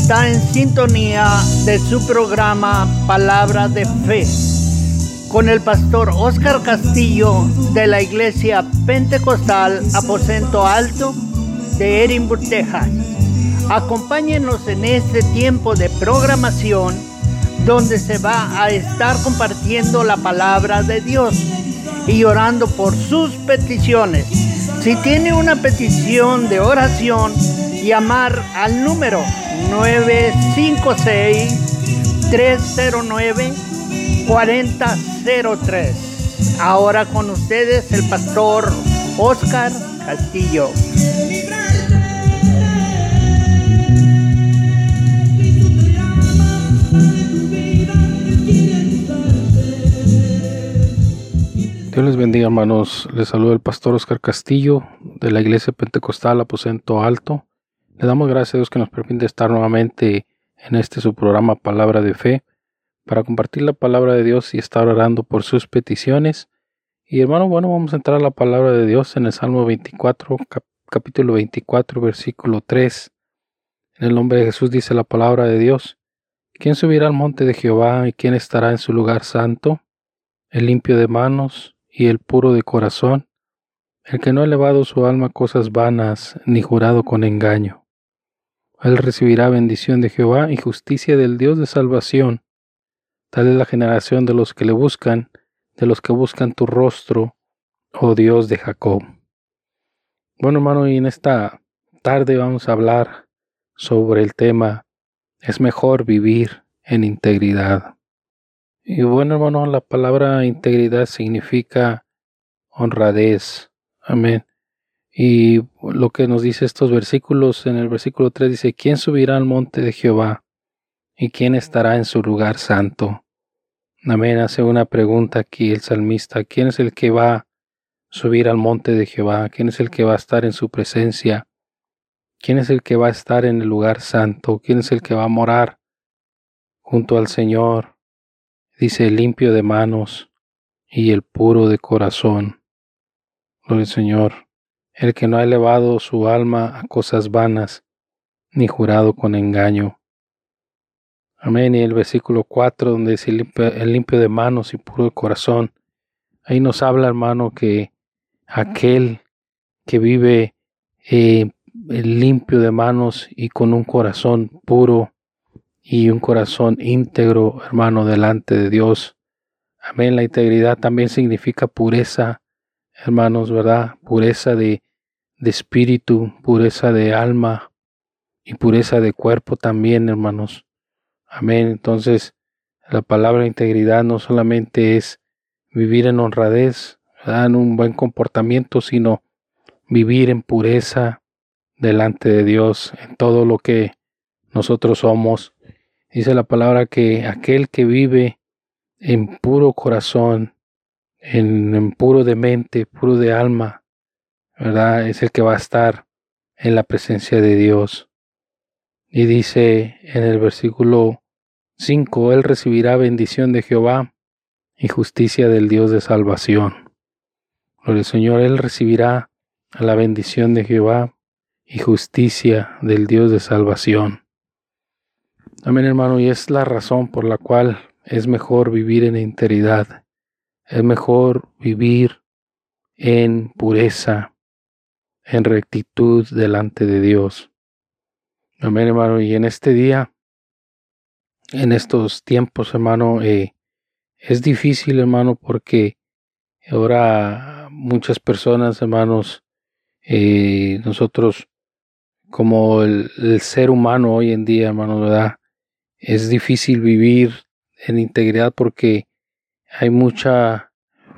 está en sintonía de su programa Palabra de Fe con el pastor Oscar Castillo de la Iglesia Pentecostal Aposento Alto de Edinburgh, Texas. Acompáñenos en este tiempo de programación donde se va a estar compartiendo la palabra de Dios y orando por sus peticiones. Si tiene una petición de oración, llamar al número 956-309-4003. Ahora con ustedes el pastor Oscar Castillo. Dios les bendiga, hermanos. Les saluda el pastor Oscar Castillo de la Iglesia Pentecostal Aposento Alto. Le damos gracias a Dios que nos permite estar nuevamente en su programa Palabra de Fe para compartir la palabra de Dios y estar orando por sus peticiones. Y hermano, vamos a entrar a la palabra de Dios en el Salmo 24, capítulo 24, versículo 3. En el nombre de Jesús dice la palabra de Dios: ¿Quién subirá al monte de Jehová y quién estará en su lugar santo? El limpio de manos y el puro de corazón, el que no ha elevado su alma a cosas vanas, ni jurado con engaño. Él recibirá bendición de Jehová y justicia del Dios de salvación. Tal es la generación de los que le buscan, de los que buscan tu rostro, oh Dios de Jacob. Bueno, hermano, y en esta tarde vamos a hablar sobre el tema: es mejor vivir en integridad. Y bueno, hermano, la palabra integridad significa honradez. Amén. Y lo que nos dice estos versículos, en el versículo 3 dice: ¿Quién subirá al monte de Jehová? ¿Y quién estará en su lugar santo? Amén. Hace una pregunta aquí el salmista: ¿quién es el que va a subir al monte de Jehová? ¿Quién es el que va a estar en su presencia? ¿Quién es el que va a estar en el lugar santo? ¿Quién es el que va a morar junto al Señor? Dice: el limpio de manos y el puro de corazón. Gloria al Señor. El que no ha elevado su alma a cosas vanas, ni jurado con engaño. Amén. Y el versículo 4, donde dice el limpio de manos y puro de corazón, ahí nos habla, hermano, que aquel que vive limpio de manos y con un corazón puro y un corazón íntegro, hermano, delante de Dios. Amén. La integridad también significa pureza, hermanos, ¿verdad? Pureza de espíritu, pureza de alma y pureza de cuerpo también, hermanos. Amén. Entonces, la palabra integridad no solamente es vivir en honradez, ¿verdad?, en un buen comportamiento, sino vivir en pureza delante de Dios en todo lo que nosotros somos. Dice la palabra que aquel que vive en puro corazón, en puro de mente, puro de alma, ¿verdad?, es el que va a estar en la presencia de Dios. Y dice en el versículo 5: Él recibirá bendición de Jehová y justicia del Dios de salvación. Gloria al Señor. Él recibirá la bendición de Jehová y justicia del Dios de salvación. Amén, hermano, y es la razón por la cual es mejor vivir en integridad. Es mejor vivir en pureza, en rectitud delante de Dios. Amén, hermano. Y en este día, en estos tiempos, hermano, es difícil, hermano, porque ahora muchas personas, hermanos, nosotros como el ser humano hoy en día, hermano, ¿verdad?, es difícil vivir en integridad porque hay mucha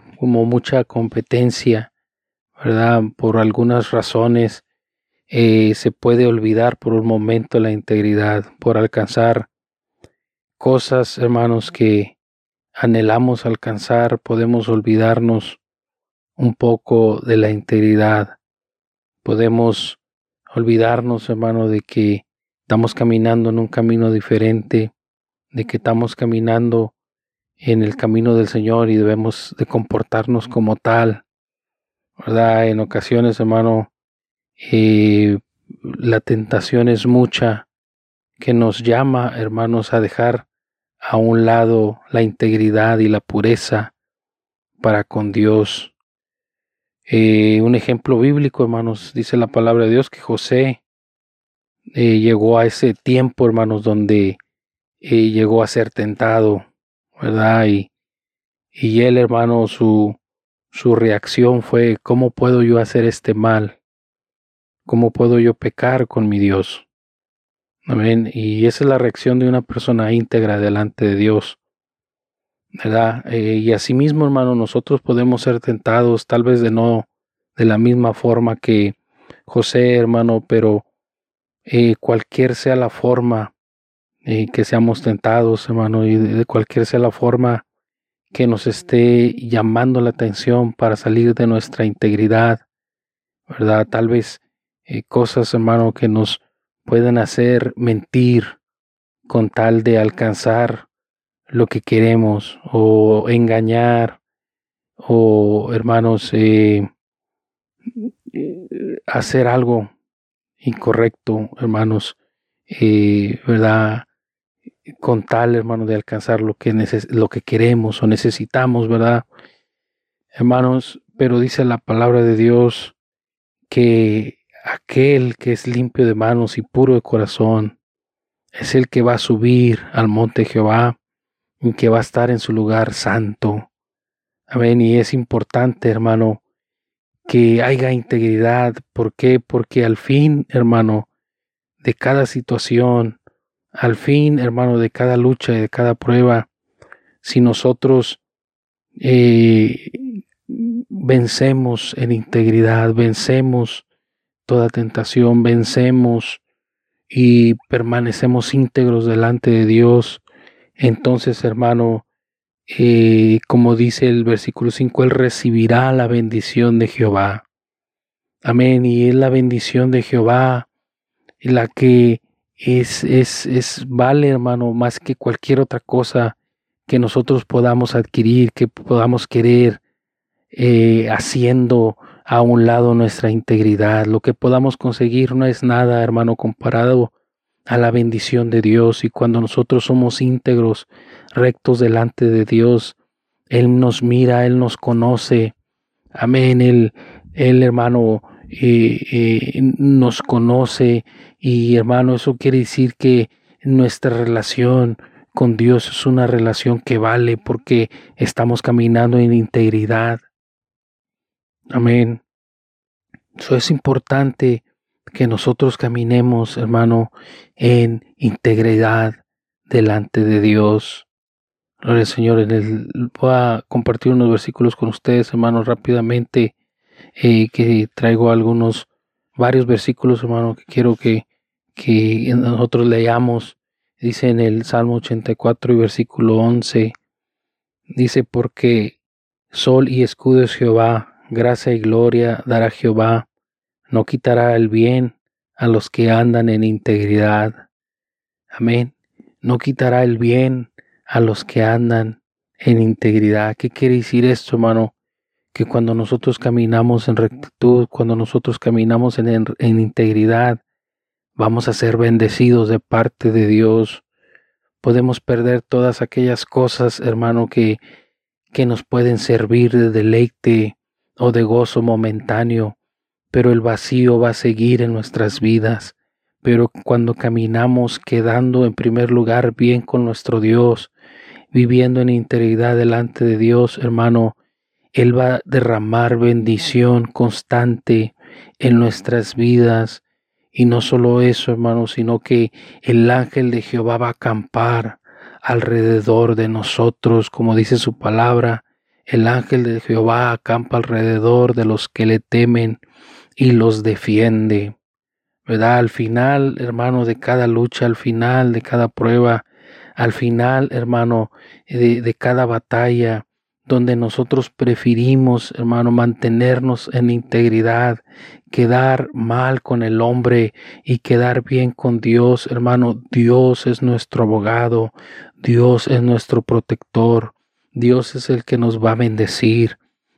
competencia, ¿verdad? Por algunas razones se puede olvidar por un momento la integridad, por alcanzar cosas, hermanos, que anhelamos alcanzar. Podemos olvidarnos un poco de la integridad. Podemos olvidarnos, hermano, de que estamos caminando en un camino diferente, de que estamos caminando en el camino del Señor y debemos de comportarnos como tal, ¿verdad? En ocasiones, hermano, la tentación es mucha que nos llama, hermanos, a dejar a un lado la integridad y la pureza para con Dios. Un ejemplo bíblico, hermanos, dice la palabra de Dios que José llegó a ese tiempo, hermanos, donde llegó a ser tentado, ¿verdad? Y él, hermano, su reacción fue: ¿cómo puedo yo hacer este mal? ¿Cómo puedo yo pecar con mi Dios? Amén. Y esa es la reacción de una persona íntegra delante de Dios, ¿verdad? Y asimismo, hermano, nosotros podemos ser tentados, tal vez de la misma forma que José, hermano, pero cualquier sea la forma que seamos tentados, hermano, y de cualquier sea la forma que nos esté llamando la atención para salir de nuestra integridad, ¿verdad? Tal vez cosas, hermano, que nos pueden hacer mentir con tal de alcanzar lo que queremos, o engañar, o, hermanos, hacer algo incorrecto, hermanos, ¿verdad? Con tal, hermano, de alcanzar lo que queremos o necesitamos, ¿verdad? Hermanos, pero dice la palabra de Dios que aquel que es limpio de manos y puro de corazón es el que va a subir al monte Jehová y que va a estar en su lugar santo. Amén. Y es importante, hermano, que haya integridad. ¿Por qué? Porque al fin, hermano, de cada situación, al fin, hermano, de cada lucha y de cada prueba, si nosotros vencemos en integridad, vencemos toda tentación, vencemos y permanecemos íntegros delante de Dios, entonces, hermano, como dice el versículo 5, Él recibirá la bendición de Jehová. Amén. Y es la bendición de Jehová la que vale, hermano, más que cualquier otra cosa que nosotros podamos adquirir, que podamos querer, haciendo a un lado nuestra integridad. Lo que podamos conseguir no es nada, hermano, comparado a la bendición de Dios. Y cuando nosotros somos íntegros, rectos delante de Dios, Él nos mira, Él nos conoce. Amén. Él hermano, nos conoce. Y, hermano, eso quiere decir que nuestra relación con Dios es una relación que vale, porque estamos caminando en integridad. Amén. Eso es importante, que nosotros caminemos, hermano, en integridad delante de Dios. Gloria al Señor. Voy a compartir unos versículos con ustedes, hermanos, rápidamente, que traigo varios versículos, hermano, que quiero que nosotros leamos. Dice en el Salmo 84 y versículo 11, dice: porque sol y escudo es Jehová, gracia y gloria dará Jehová, no quitará el bien a los que andan en integridad. Amén. No quitará el bien a los que andan en integridad. ¿Qué quiere decir esto, hermano? Que cuando nosotros caminamos en rectitud, cuando nosotros caminamos en integridad, vamos a ser bendecidos de parte de Dios. Podemos perder todas aquellas cosas, hermano, que nos pueden servir de deleite o de gozo momentáneo, pero el vacío va a seguir en nuestras vidas. Pero cuando caminamos quedando en primer lugar bien con nuestro Dios, viviendo en integridad delante de Dios, hermano, Él va a derramar bendición constante en nuestras vidas. Y no solo eso, hermano, sino que el ángel de Jehová va a acampar alrededor de nosotros, como dice su palabra. El ángel de Jehová acampa alrededor de los que le temen y los defiende, ¿verdad? Al final, hermano, de cada lucha, al final de cada prueba, al final, hermano, de cada batalla, donde nosotros preferimos, hermano, mantenernos en integridad, quedar mal con el hombre y quedar bien con Dios, hermano. Dios es nuestro abogado, Dios es nuestro protector, Dios es el que nos va a bendecir.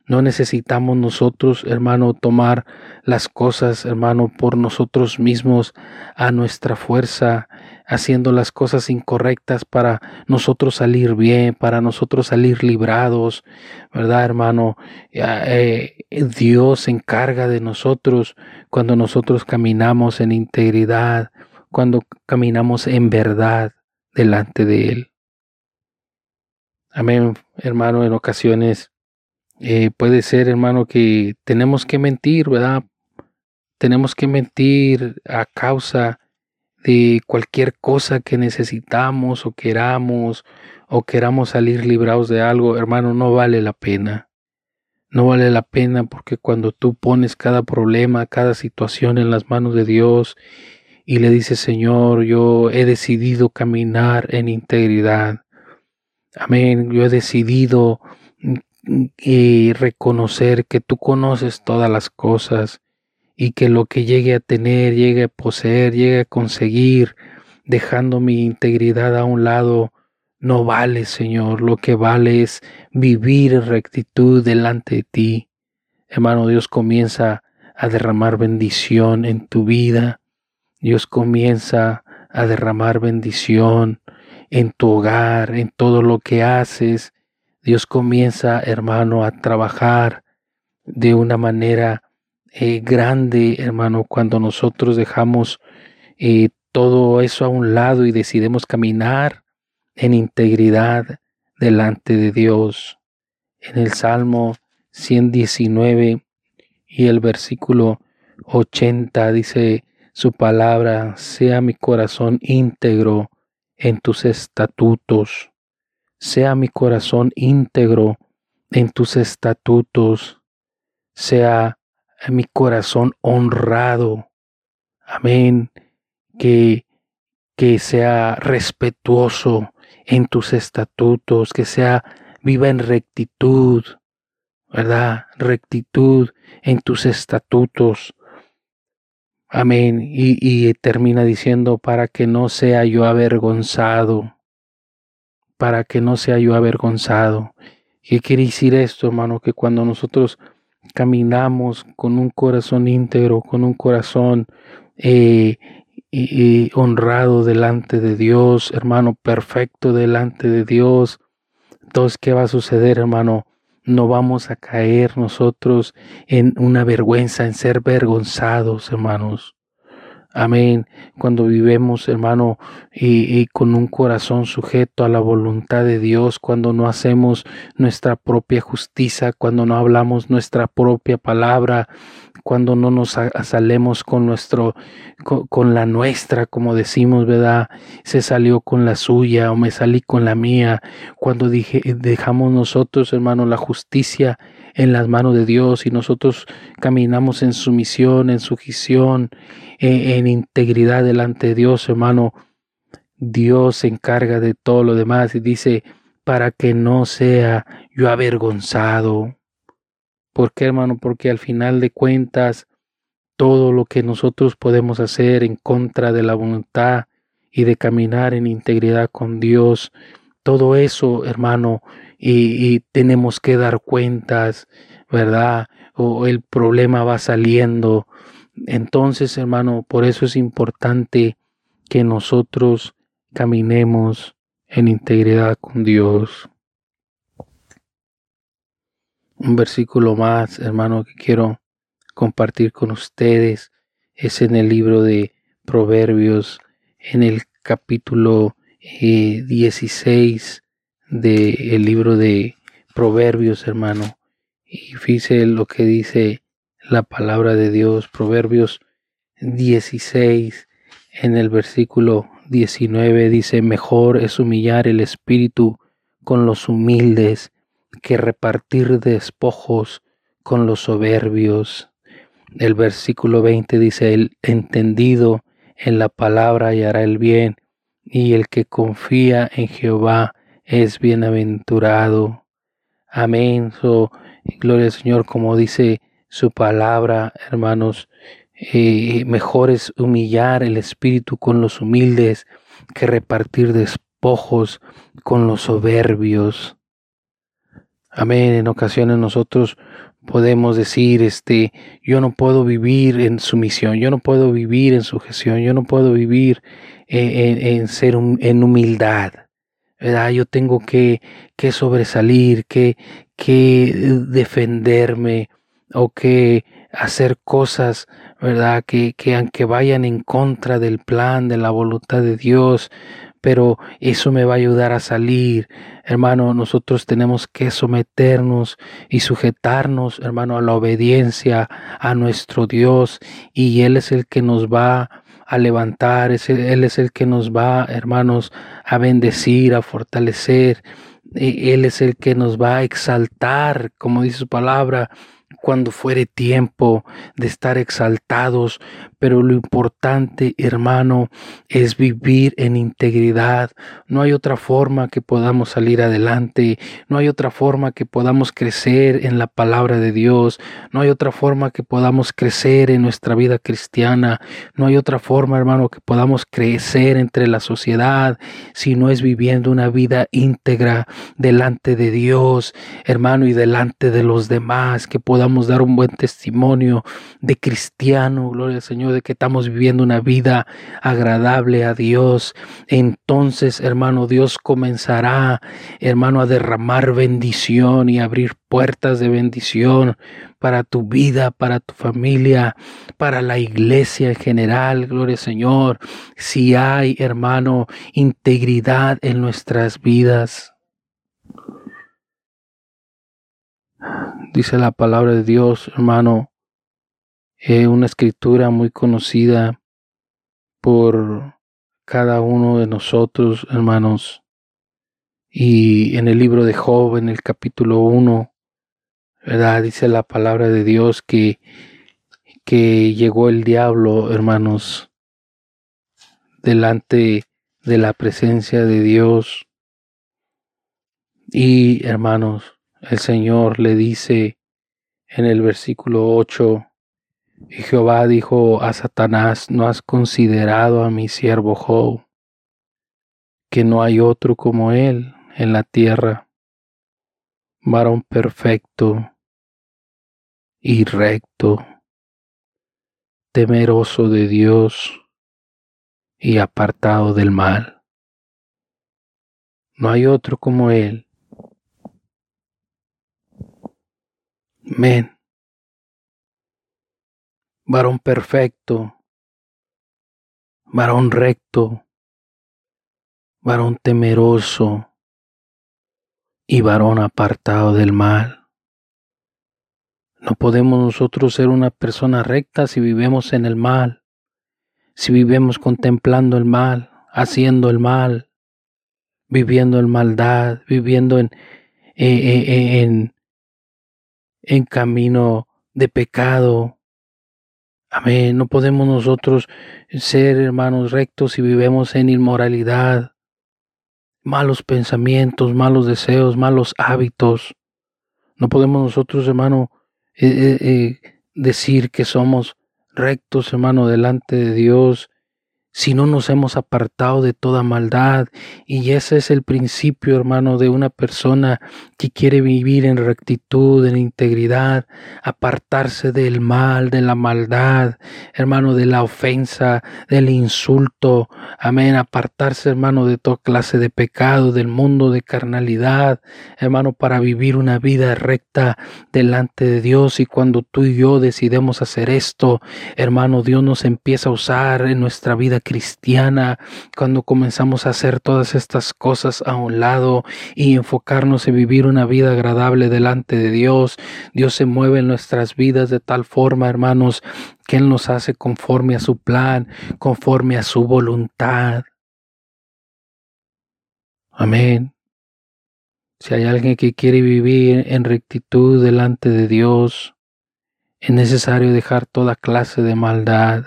No necesitamos nosotros, hermano, tomar las cosas, hermano, por nosotros mismos a nuestra fuerza, haciendo las cosas incorrectas para nosotros salir bien, para nosotros salir librados, ¿verdad, hermano? Dios se encarga de nosotros cuando nosotros caminamos en integridad, cuando caminamos en verdad delante de Él. Amén, hermano. En ocasiones puede ser, hermano, que tenemos que mentir, ¿verdad? Tenemos que mentir a causa de cualquier cosa que necesitamos o queramos salir librados de algo. Hermano, no vale la pena. No vale la pena, porque cuando tú pones cada problema, cada situación en las manos de Dios y le dices: Señor, yo he decidido caminar en integridad. Amén. Yo he decidido reconocer que tú conoces todas las cosas y que lo que llegue a tener, llegue a poseer, llegue a conseguir, dejando mi integridad a un lado, no vale, Señor. Lo que vale es vivir en rectitud delante de ti. Hermano, Dios comienza a derramar bendición en tu vida. Dios comienza a derramar bendición en tu hogar, en todo lo que haces. Dios comienza, hermano, a trabajar de una manera grande, hermano, cuando nosotros dejamos todo eso a un lado y decidimos caminar en integridad delante de Dios. En el Salmo 119 y el versículo 80 dice su palabra: sea mi corazón íntegro en tus estatutos. Sea mi corazón íntegro en tus estatutos. Sea mi corazón honrado. Amén. Que sea respetuoso en tus estatutos, que sea viva en rectitud, ¿verdad? Rectitud en tus estatutos. Amén. Y termina diciendo: para que no sea yo avergonzado. Para que no sea yo avergonzado. ¿Qué quiere decir esto, hermano? Que cuando nosotros caminamos con un corazón íntegro, con un corazón honrado delante de Dios, hermano, perfecto delante de Dios, entonces, ¿qué va a suceder, hermano? No vamos a caer nosotros en una vergüenza, en ser vergonzados, hermanos. Amén. Cuando vivimos, hermano, y con un corazón sujeto a la voluntad de Dios, cuando no hacemos nuestra propia justicia, cuando no hablamos nuestra propia palabra, cuando no nos salemos con la nuestra, como decimos, ¿verdad? Se salió con la suya o me salí con la mía. Cuando dejamos nosotros, hermano, la justicia en las manos de Dios y nosotros caminamos en sumisión, en sujeción, en integridad delante de Dios, hermano, Dios se encarga de todo lo demás y dice: para que no sea yo avergonzado. ¿Por qué, hermano? Porque al final de cuentas, todo lo que nosotros podemos hacer en contra de la voluntad y de caminar en integridad con Dios, todo eso, hermano, y tenemos que dar cuentas, ¿verdad? O el problema va saliendo. Entonces, hermano, por eso es importante que nosotros caminemos en integridad con Dios. Un versículo más, hermano, que quiero compartir con ustedes es en el libro de Proverbios, en el capítulo 16 del libro de Proverbios, hermano. Y fíjese lo que dice la palabra de Dios. Proverbios 16 en el versículo 19 dice: mejor es humillar el espíritu con los humildes que repartir despojos con los soberbios. El versículo 20 dice: el entendido en la palabra hallará el bien, y el que confía en Jehová es bienaventurado. Amén. Gloria al Señor, como dice su palabra, hermanos. Mejor es humillar el espíritu con los humildes que repartir despojos con los soberbios. Amén. En ocasiones nosotros podemos decir, yo no puedo vivir en sumisión, yo no puedo vivir en sujeción, yo no puedo vivir en humildad, ¿verdad? Yo tengo que sobresalir, que defenderme o que hacer cosas, ¿verdad? Que aunque vayan en contra del plan, de la voluntad de Dios, pero eso me va a ayudar a salir. Hermano, nosotros tenemos que someternos y sujetarnos, hermano, a la obediencia a nuestro Dios, y Él es el que nos va a levantar, Él es el que nos va, hermanos, a bendecir, a fortalecer. Él es el que nos va a exaltar, como dice su palabra, cuando fuere tiempo de estar exaltados. Pero lo importante, hermano, es vivir en integridad. No hay otra forma que podamos salir adelante, no hay otra forma que podamos crecer en la palabra de Dios, no hay otra forma que podamos crecer en nuestra vida cristiana, no hay otra forma, hermano, que podamos crecer entre la sociedad si no es viviendo una vida íntegra delante de Dios, hermano, y delante de los demás, que podamos dar un buen testimonio de cristiano, gloria al Señor, de que estamos viviendo una vida agradable a Dios. Entonces, hermano, Dios comenzará, hermano, a derramar bendición y abrir puertas de bendición para tu vida, para tu familia, para la iglesia en general, gloria al Señor. Si hay, hermano, integridad en nuestras vidas. Dice la palabra de Dios, hermano, una escritura muy conocida por cada uno de nosotros, hermanos. Y en el libro de Job, en el capítulo 1, ¿verdad? Dice la palabra de Dios que llegó el diablo, hermanos, delante de la presencia de Dios. Y, hermanos, el Señor le dice en el versículo 8, y Jehová dijo a Satanás, ¿no has considerado a mi siervo Job, que no hay otro como él en la tierra, varón perfecto y recto, temeroso de Dios y apartado del mal? No hay otro como él. Amén. Varón perfecto, varón recto, varón temeroso y varón apartado del mal. No podemos nosotros ser una persona recta si vivimos en el mal, si vivimos contemplando el mal, haciendo el mal, viviendo en maldad, viviendo en camino de pecado. Amén. No podemos nosotros ser, hermanos, rectos si vivimos en inmoralidad, malos pensamientos, malos deseos, malos hábitos. No podemos nosotros, hermano, decir que somos rectos, hermano, delante de Dios, si no nos hemos apartado de toda maldad. Y ese es el principio, hermano, de una persona que quiere vivir en rectitud, en integridad, apartarse del mal, de la maldad, hermano, de la ofensa, del insulto. Amén. Apartarse, hermano, de toda clase de pecado, del mundo de carnalidad, hermano, para vivir una vida recta delante de Dios. Y cuando tú y yo decidimos hacer esto, hermano, Dios nos empieza a usar en nuestra vida cristiana. Cuando comenzamos a hacer todas estas cosas a un lado y enfocarnos en vivir una vida agradable delante de Dios, Dios se mueve en nuestras vidas de tal forma, hermanos, que Él nos hace conforme a su plan, conforme a su voluntad. Amén. Si hay alguien que quiere vivir en rectitud delante de Dios, es necesario dejar toda clase de maldad.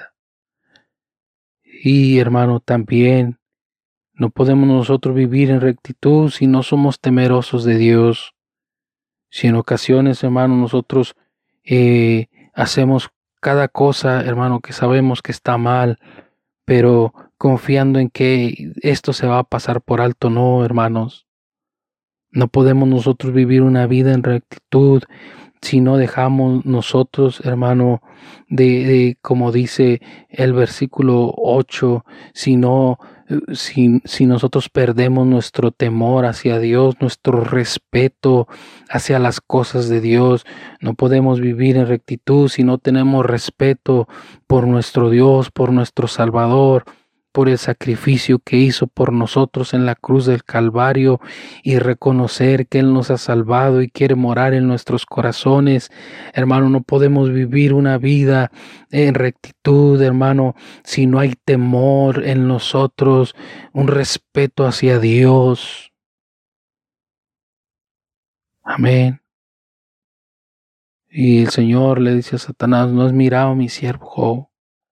Y, hermano, también no podemos nosotros vivir en rectitud si no somos temerosos de Dios. Si en ocasiones, hermano, nosotros hacemos cada cosa, hermano, que sabemos que está mal, pero confiando en que esto se va a pasar por alto. No, hermanos. No podemos nosotros vivir una vida en rectitud si no dejamos nosotros, hermano, como dice el versículo 8, si nosotros perdemos nuestro temor hacia Dios, nuestro respeto hacia las cosas de Dios. No podemos vivir en rectitud si no tenemos respeto por nuestro Dios, por nuestro Salvador, por el sacrificio que hizo por nosotros en la cruz del Calvario, y reconocer que Él nos ha salvado y quiere morar en nuestros corazones. Hermano, no podemos vivir una vida en rectitud, hermano, si no hay temor en nosotros, un respeto hacia Dios. Amén. Y el Señor le dice a Satanás: no has mirado a mi siervo Job.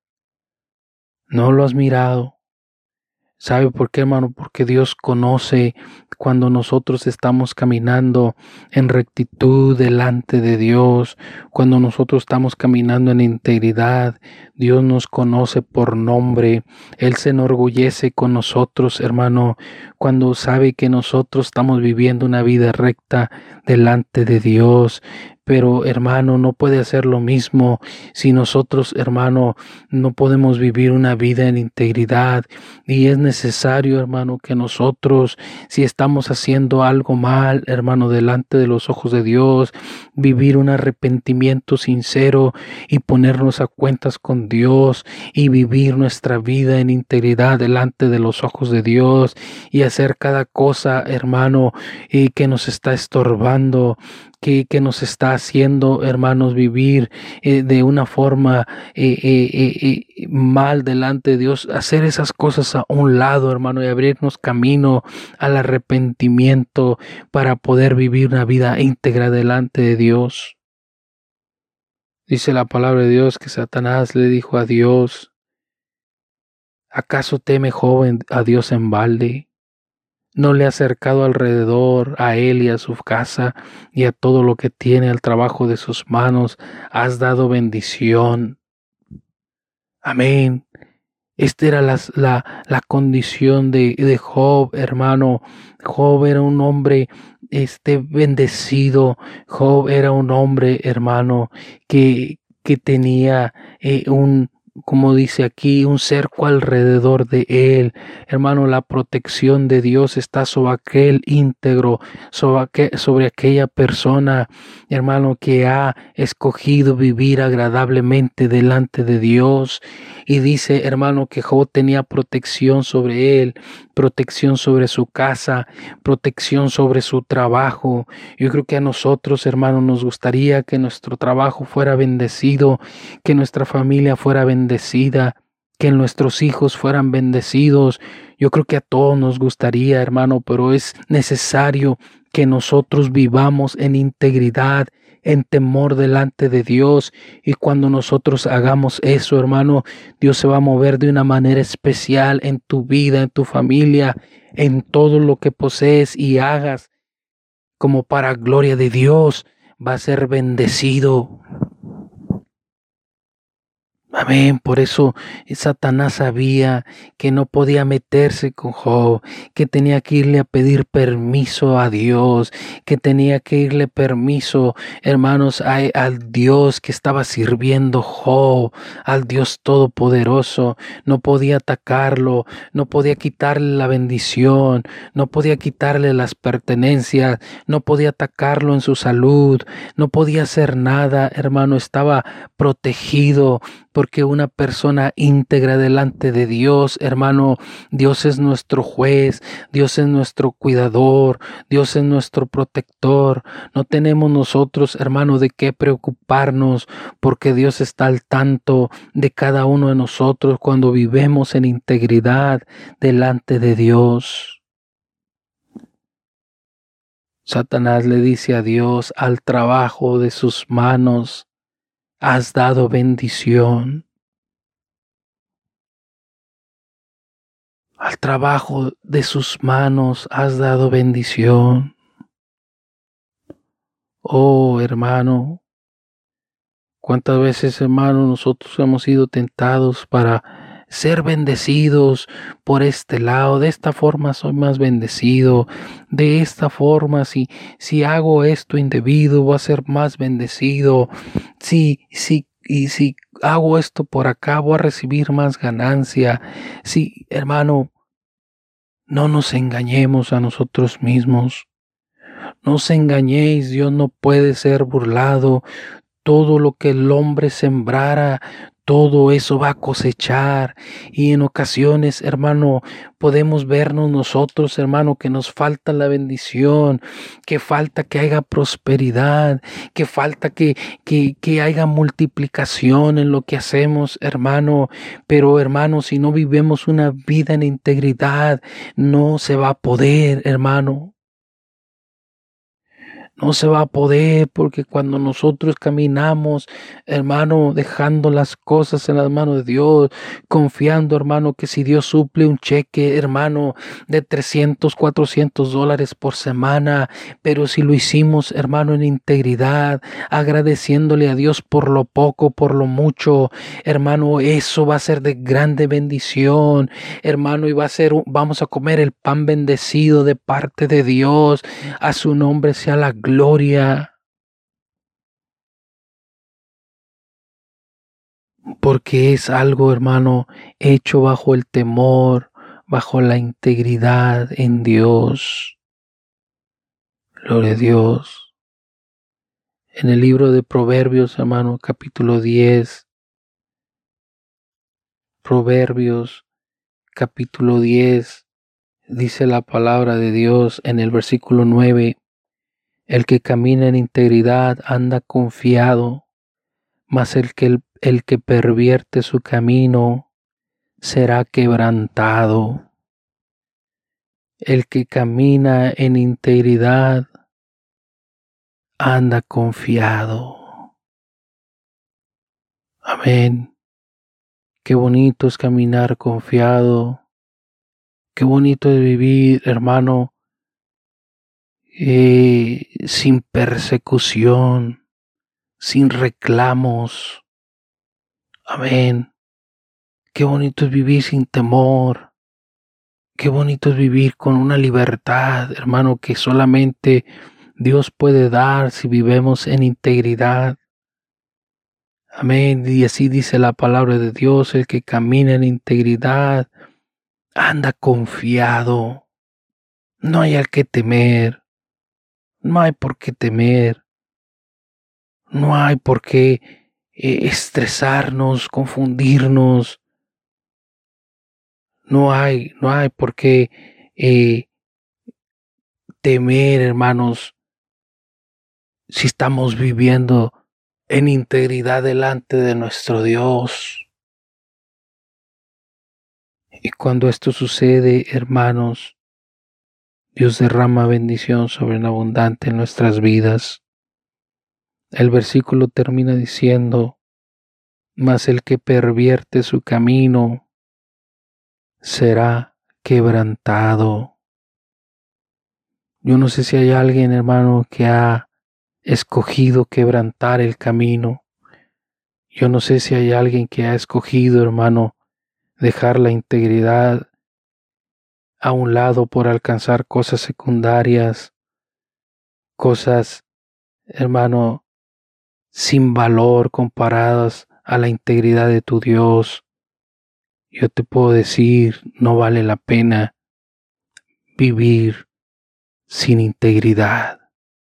No lo has mirado. ¿Sabe por qué, hermano? Porque Dios conoce cuando nosotros estamos caminando en rectitud delante de Dios, cuando nosotros estamos caminando en integridad. Dios nos conoce por nombre. Él se enorgullece con nosotros, hermano, cuando sabe que nosotros estamos viviendo una vida recta delante de Dios. Pero, hermano, no puede hacer lo mismo si nosotros, hermano, no podemos vivir una vida en integridad. Y es necesario, hermano, que nosotros, si estamos haciendo algo mal, hermano, delante de los ojos de Dios, vivir un arrepentimiento sincero y ponernos a cuentas con Dios y vivir nuestra vida en integridad delante de los ojos de Dios, y hacer cada cosa, hermano, que nos está estorbando, que nos está haciendo, hermanos, vivir de una forma mal delante de Dios. Hacer esas cosas a un lado, hermano, y abrirnos camino al arrepentimiento para poder vivir una vida íntegra delante de Dios. Dice la palabra de Dios que Satanás le dijo a Dios: ¿acaso teme Job a Dios en balde? ¿No le ha acercado alrededor a él y a su casa y a todo lo que tiene, al trabajo de sus manos? Has dado bendición. Amén. Esta era la condición de Job, hermano. Job era un hombre bendecido. Job era un hombre, hermano, que tenía como dice aquí, un cerco alrededor de él. Hermano, la protección de Dios está sobre aquel íntegro, sobre aquella persona, hermano, que ha escogido vivir agradablemente delante de Dios. Y dice, hermano, que Job tenía protección sobre él, protección sobre su casa, protección sobre su trabajo. Yo creo que a nosotros, hermano, nos gustaría que nuestro trabajo fuera bendecido, que nuestra familia fuera bendecida, que nuestros hijos fueran bendecidos. Yo creo que a todos nos gustaría, hermano, pero es necesario que nosotros vivamos en integridad, en temor delante de Dios. Y cuando nosotros hagamos eso, hermano, Dios se va a mover de una manera especial en tu vida, en tu familia, en todo lo que posees y hagas, como para gloria de Dios. Va a ser bendecido. Amén. Por eso Satanás sabía que no podía meterse con Job, que tenía que irle a pedir permiso a Dios, que tenía que irle permiso, hermanos, al Dios que estaba sirviendo Job, al Dios Todopoderoso. No podía atacarlo, no podía quitarle la bendición, no podía quitarle las pertenencias, no podía atacarlo en su salud, no podía hacer nada, hermano. Estaba protegido, porque una persona íntegra delante de Dios, hermano, Dios es nuestro juez, Dios es nuestro cuidador, Dios es nuestro protector. No tenemos nosotros, hermano, de qué preocuparnos, porque Dios está al tanto de cada uno de nosotros cuando vivemos en integridad delante de Dios. Satanás le dice a Dios: al trabajo de sus manos has dado bendición. Al trabajo de sus manos has dado bendición. Oh, hermano, cuántas veces, hermano, nosotros hemos sido tentados para ser bendecidos por este lado. De esta forma soy más bendecido. De esta forma, si hago esto indebido, voy a ser más bendecido. Si hago esto por acá, voy a recibir más ganancia. Sí, hermano, no nos engañemos a nosotros mismos. No os engañéis, Dios no puede ser burlado. Todo lo que el hombre sembrara, todo eso va a cosechar. Y en ocasiones, hermano, podemos vernos nosotros, hermano, que nos falta la bendición, que falta que haya prosperidad, que falta que haya multiplicación en lo que hacemos, hermano. Pero, hermano, si no vivimos una vida en integridad, no se va a poder, hermano. No se va a poder, porque cuando nosotros caminamos, hermano, dejando las cosas en las manos de Dios, confiando, hermano, que si Dios suple un cheque, hermano, de $300, $400 por semana, pero si lo hicimos, hermano, en integridad, agradeciéndole a Dios por lo poco, por lo mucho, hermano, eso va a ser de grande bendición, hermano, y vamos a comer el pan bendecido de parte de Dios. A su nombre sea la gloria, porque es algo, hermano, hecho bajo el temor, bajo la integridad en Dios. Gloria a Dios. En el libro de Proverbios, hermano, capítulo 10, Proverbios, capítulo 10, dice la palabra de Dios en el versículo 9, el que camina en integridad anda confiado, mas el que pervierte su camino será quebrantado. El que camina en integridad anda confiado. Amén. Qué bonito es caminar confiado. Qué bonito es vivir, hermano, sin persecución, sin reclamos. Amén. Qué bonito es vivir sin temor. Qué bonito es vivir con una libertad, hermano, que solamente Dios puede dar si vivimos en integridad. Amén. Y así dice la palabra de Dios, el que camina en integridad anda confiado. No hay al que temer. No hay por qué temer. No hay por qué estresarnos, confundirnos. No hay por qué temer, hermanos, si estamos viviendo en integridad delante de nuestro Dios. Y cuando esto sucede, hermanos, Dios derrama bendición sobreabundante en nuestras vidas. El versículo termina diciendo, mas el que pervierte su camino será quebrantado. Yo no sé si hay alguien, hermano, que ha escogido quebrantar el camino. Yo no sé si hay alguien que ha escogido, hermano, dejar la integridad a un lado por alcanzar cosas secundarias, cosas, hermano, sin valor comparadas a la integridad de tu Dios. Yo te puedo decir, no vale la pena vivir sin integridad.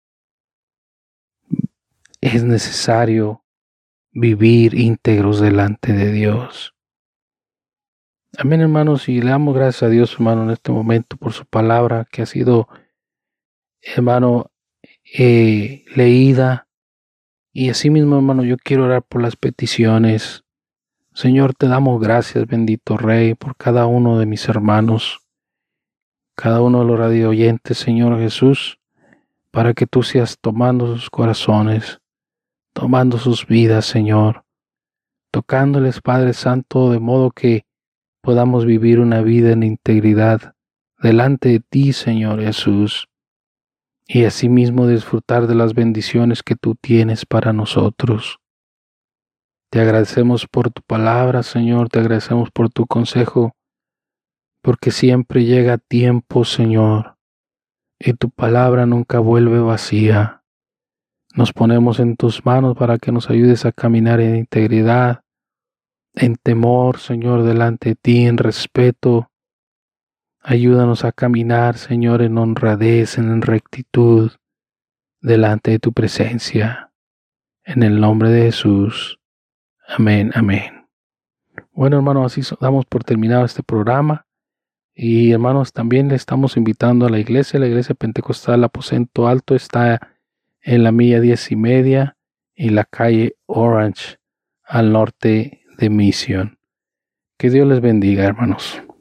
Es necesario vivir íntegros delante de Dios. Amén, hermanos, y le damos gracias a Dios, hermano, en este momento por su palabra que ha sido, hermano, leída. Y así mismo, hermano, yo quiero orar por las peticiones. Señor, te damos gracias, bendito Rey, por cada uno de mis hermanos, cada uno de los radio oyentes, Señor Jesús, para que tú seas tomando sus corazones, tomando sus vidas, Señor, tocándoles, Padre Santo, de modo que podamos vivir una vida en integridad delante de ti, Señor Jesús, y asimismo disfrutar de las bendiciones que tú tienes para nosotros. Te agradecemos por tu palabra, Señor, te agradecemos por tu consejo, porque siempre llega a tiempo, Señor, y tu palabra nunca vuelve vacía. Nos ponemos en tus manos para que nos ayudes a caminar en integridad, en temor, Señor, delante de ti, en respeto. Ayúdanos a caminar, Señor, en honradez, en rectitud, delante de tu presencia. En el nombre de Jesús. Amén, amén. Bueno, hermanos, así damos por terminado este programa. Y hermanos, también le estamos invitando a la iglesia pentecostal Aposento Alto está en la milla 10:30 y la calle Orange, al norte de Mission. Que Dios les bendiga, hermanos.